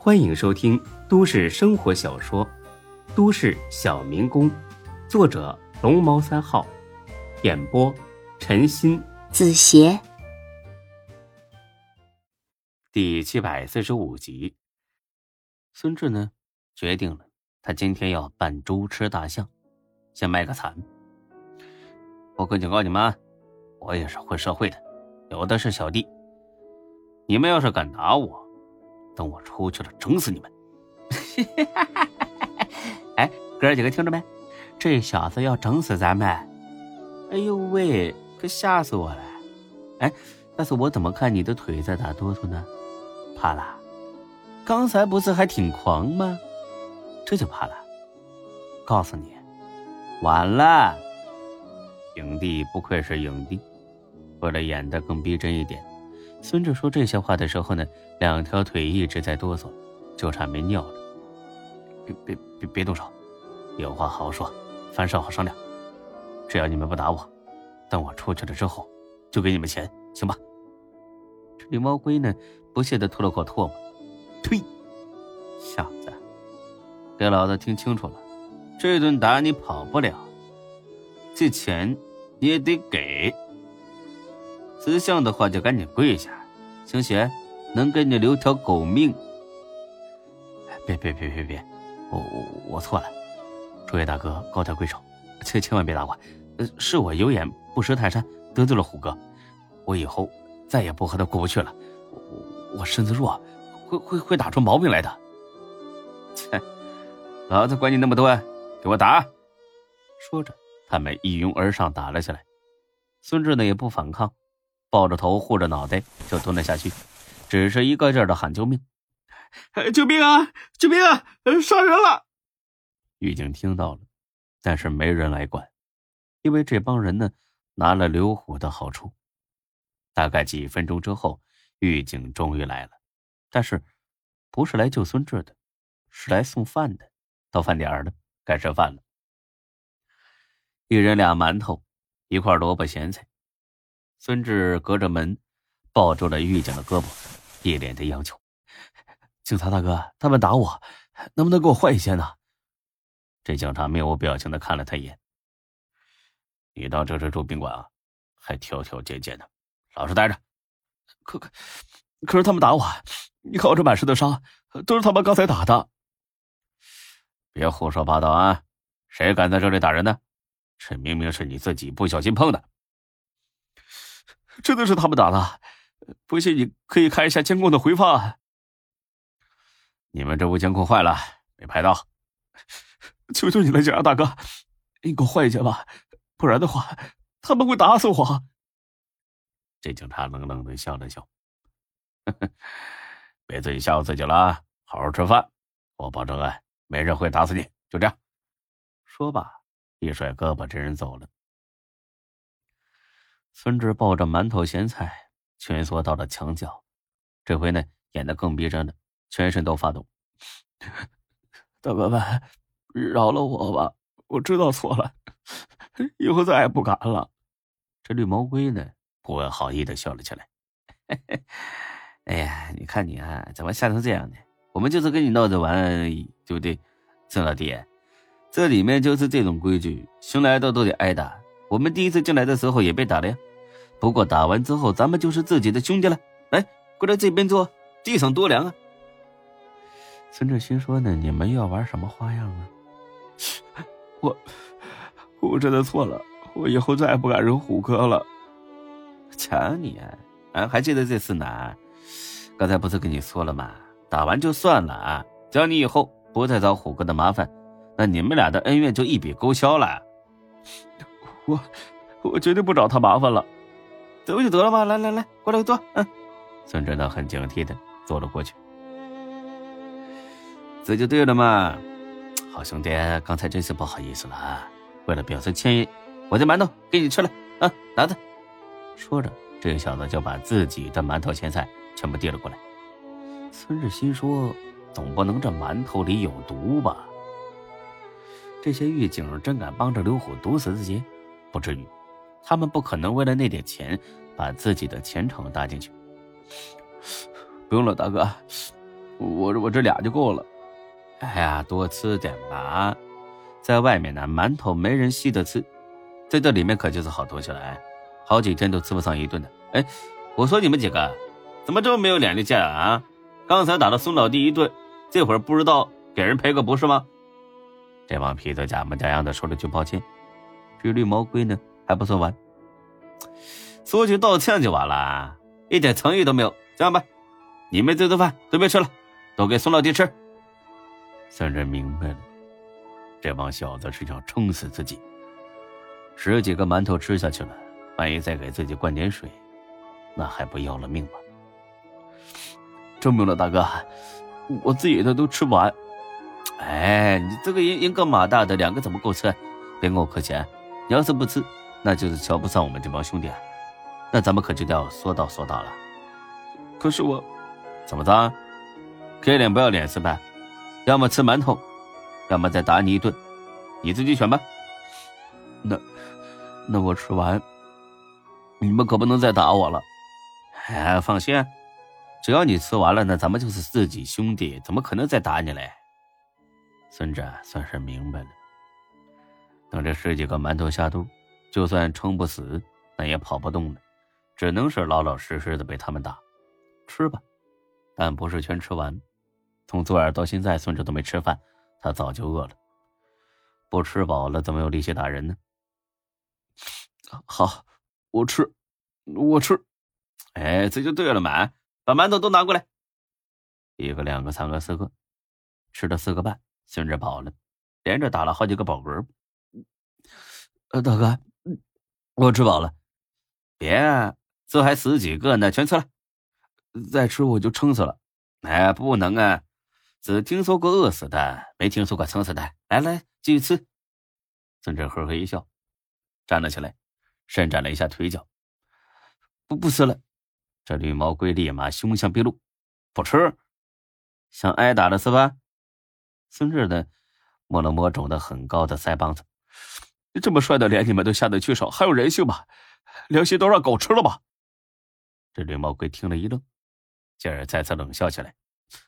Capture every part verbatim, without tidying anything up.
欢迎收听都市生活小说《都市小民工》，作者龙猫三号，演播陈鑫、 子邪。 第七百四十五集。孙志呢，决定了，他今天要扮猪吃大象，先卖个惨。我可警告你们，我也是混社会的，有的是小弟。你们要是敢打我，等我出去了整死你们。哎，哥几个听着没？这小子要整死咱们。哎呦喂，可吓死我了。哎，但是我怎么看你的腿在打哆嗦呢？怕了？刚才不是还挺狂吗？这就怕了？告诉你，完了。影帝不愧是影帝，为了演得更逼真一点，孙志说这些话的时候呢，两条腿一直在哆嗦，就差没尿了。别别别别动手，有话好好说，凡事好商量。只要你们不打我，等我出去了之后，就给你们钱，行吧？这绿毛龟呢，不屑地吐了口唾沫，呸！小子，给老子听清楚了，这顿打你跑不了，这钱你也得给。识相的话就赶紧跪下，行邪能给你留条狗命。别别别别别，我我我错了，诸位大哥高抬贵手，千千万别打我，是我有眼不识泰山，得罪了虎哥，我以后再也不和他过不去了。我我身子弱，会会会打出毛病来的。切，老子管你那么多，给我打！说着，他们一拥而上打了起来。孙志呢也不反抗，抱着头护着脑袋就蹲了下去，只是一个劲儿的喊救命。 救命啊！救命啊！杀人了！ 狱警听到了，但是没人来管，因为这帮人呢拿了刘虎的好处。大概几分钟之后，狱警终于来了，但是不是来救孙志的，是来送饭的。到饭点了，该吃饭了。一人俩馒头，一块萝卜咸菜。孙志隔着门抱住了狱警的胳膊，一脸的央求：警察大哥，他们打我，能不能给我换一些呢？这警察面无表情的看了他一眼：你当这是住宾馆啊？还挑挑拣拣的，老实待着。 可可可是他们打我，你看我这满身的伤，都是他们刚才打的。 别胡说八道啊！谁敢在这里打人呢？这明明是你自己不小心碰的。 真的是他们打的，不信你可以看一下监控的回放。 你们这屋监控坏了，没拍到。 求求你了，警察大哥，你给我换一件吧，不然的话他们会打死我。 这警察冷冷的笑了笑，呵呵，别自己吓唬自己了，好好吃饭，我保证啊，没人会打死你，就这样。说罢，一甩胳膊，这人走了。孙志抱着馒头咸菜蜷缩到了墙角，这回呢演得更逼真了，全身都发抖。 大哥们，饶了我吧，我知道错了，以后再也不敢了。 这绿毛龟呢不怀好意的笑了起来。哎呀，你看你啊，怎么吓成这样呢？我们就是跟你闹着玩而已，对不对？郑老弟，这里面就是这种规矩，新来的都得挨打。我们第一次进来的时候也被打了呀，不过打完之后咱们就是自己的兄弟了。来，过来这边坐，地上多凉啊。孙志新说呢，你们又要玩什么花样啊？ 我我真的错了，我以后再也不敢惹虎哥了。 瞧你啊，啊还记得这次呢？刚才不是跟你说了吗？打完就算了啊，只要你以后不再找虎哥的麻烦，那你们俩的恩怨就一笔勾销了。 我我绝对不找他麻烦了， 这不就得了吗？来来来，过来坐。嗯，孙志呢很警惕的坐了过去。这就对了嘛，好兄弟，刚才真是不好意思了啊！为了表示歉意，我这馒头给你吃了啊，拿着。说着，这个小子就把自己的馒头咸菜全部递了过来。孙志心说，总不能这馒头里有毒吧？这些狱警真敢帮着刘虎毒死自己？不至于，他们不可能为了那点钱把自己的前程搭进去。 不用了，大哥， 我我这俩就够了。 哎呀，多吃点吧，在外面呢，馒头没人稀得吃，在这里面可就是好东西了，哎，好几天都吃不上一顿的。哎，我说你们几个怎么这么没有脸力见啊？刚才打了孙老弟一顿，这会儿不知道给人赔个不是吗？这帮痞子假模假样的说了句抱歉，至于绿毛龟呢还不说完，说句道歉就完了，一点诚意都没有。这样吧，你们这顿饭都别吃了，都给孙老弟吃。孙仁明白了，这帮小子是想撑死自己，十几个馒头吃下去了，万一再给自己灌点水，那还不要了命吗？ 证明了大哥，我自己的都吃不完。 哎，你这个人人个马大的，两个怎么够吃？别跟我客气，你要是不吃，那就是瞧不上我们这帮兄弟，那咱们可就要说到说到了。 可是我怎么着？给脸不要脸是吧？要么吃馒头，要么再打你一顿，你自己选吧。 那那我吃完，你们可不能再打我了。 哎，放心，只要你吃完了，那咱们就是自己兄弟，怎么可能再打你嘞？孙子算是明白了，等这十几个馒头下肚，就算撑不死，那也跑不动了，只能是老老实实的被他们打。吃吧，但不是全吃完。从昨晚到现在，孙子都没吃饭，他早就饿了。不吃饱了，怎么有力气打人呢？ 好，我吃，我吃。 哎，这就对了嘛！把馒头都拿过来，一个、两个、三个、四个，吃了四个半，孙子饱了，连着打了好几个饱嗝。 呃，大哥，我吃饱了。 别啊，这还十几个呢，全吃了。 再吃我就撑死了。 哎，不能啊，只听说过饿死的，没听说过撑死的。来来，继续吃。孙子呵呵一笑，站了起来，伸展了一下腿脚。 不不吃了。 这绿毛龟立马凶相毕露，不吃，想挨打了是吧？孙志呢，摸了摸肿得很高的腮帮子， 这么帅的脸你们都下得去手，还有人性吧？良心都让狗吃了吧？ 这绿毛龟听了一愣，继而再次冷笑起来。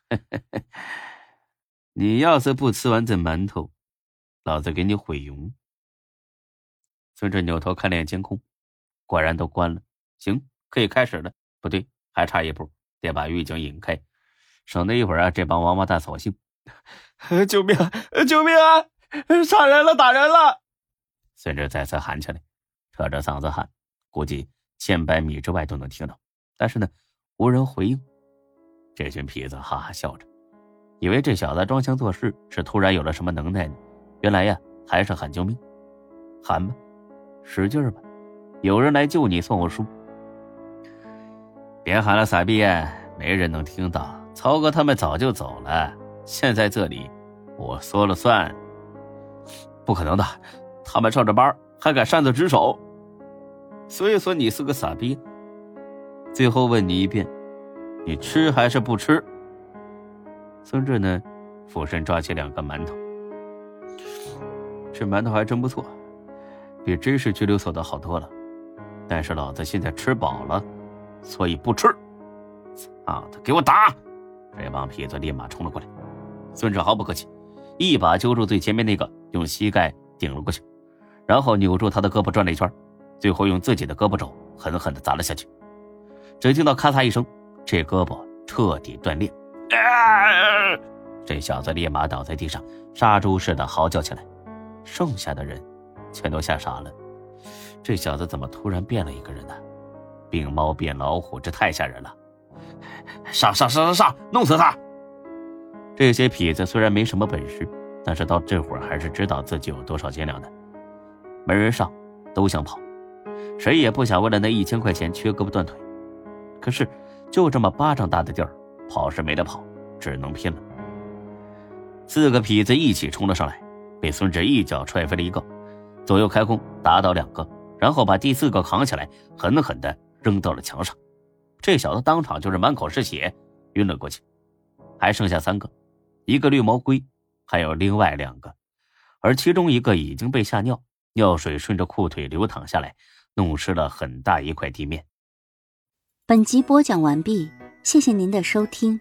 你要是不吃完这馒头，老子给你毁容。孙志扭头看了眼监控，果然都关了。行，可以开始了。不对，还差一步，得把狱警引开，省得一会儿啊，这帮王八蛋扫兴。 救命！救命啊！杀人了，打人了！ 孙志再次喊起来，扯着嗓子喊，估计千百米之外都能听到，但是呢，无人回应。这群痞子哈哈笑着，以为这小子装腔作势是突然有了什么能耐呢，原来呀，还是喊救命。喊吧，使劲吧，有人来救你算我输。别喊了，傻逼，没人能听到，曹哥他们早就走了，现在这里我说了算。 不可能的，他们上着班还敢擅自值守。 所以说你是个傻逼。最后问你一遍，你吃还是不吃？孙志呢，俯身抓起两个馒头。这馒头还真不错，比真实拘留所的好多了，但是老子现在吃饱了，所以不吃。啊，他给我打！这帮痞子立马冲了过来，孙志毫不客气，一把揪住最前面那个，用膝盖顶了过去，然后扭住他的胳膊转了一圈，最后用自己的胳膊肘狠狠地砸了下去。只听到咔嚓一声，这胳膊彻底断裂。啊！这小子立马倒在地上，杀猪似的嚎叫起来。剩下的人全都吓傻了，这小子怎么突然变了一个人呢？病猫变老虎，这太吓人了！上上上上上，弄死他！这些痞子虽然没什么本事，但是到这会儿还是知道自己有多少斤两的。没人上，都想跑，谁也不想为了那一千块钱缺胳膊断腿。可是就这么巴掌大的地儿，跑是没得跑，只能拼了。四个痞子一起冲了上来，被孙志一脚踹飞了一个，左右开弓打倒两个，然后把第四个扛起来，狠狠地扔到了墙上。这小子当场就是满口是血，晕了过去。还剩下三个，一个绿毛龟，还有另外两个，而其中一个已经被吓尿，尿水顺着裤腿流淌下来，弄湿了很大一块地面。 本集播讲完毕，谢谢您的收听。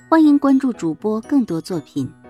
欢迎关注主播更多作品。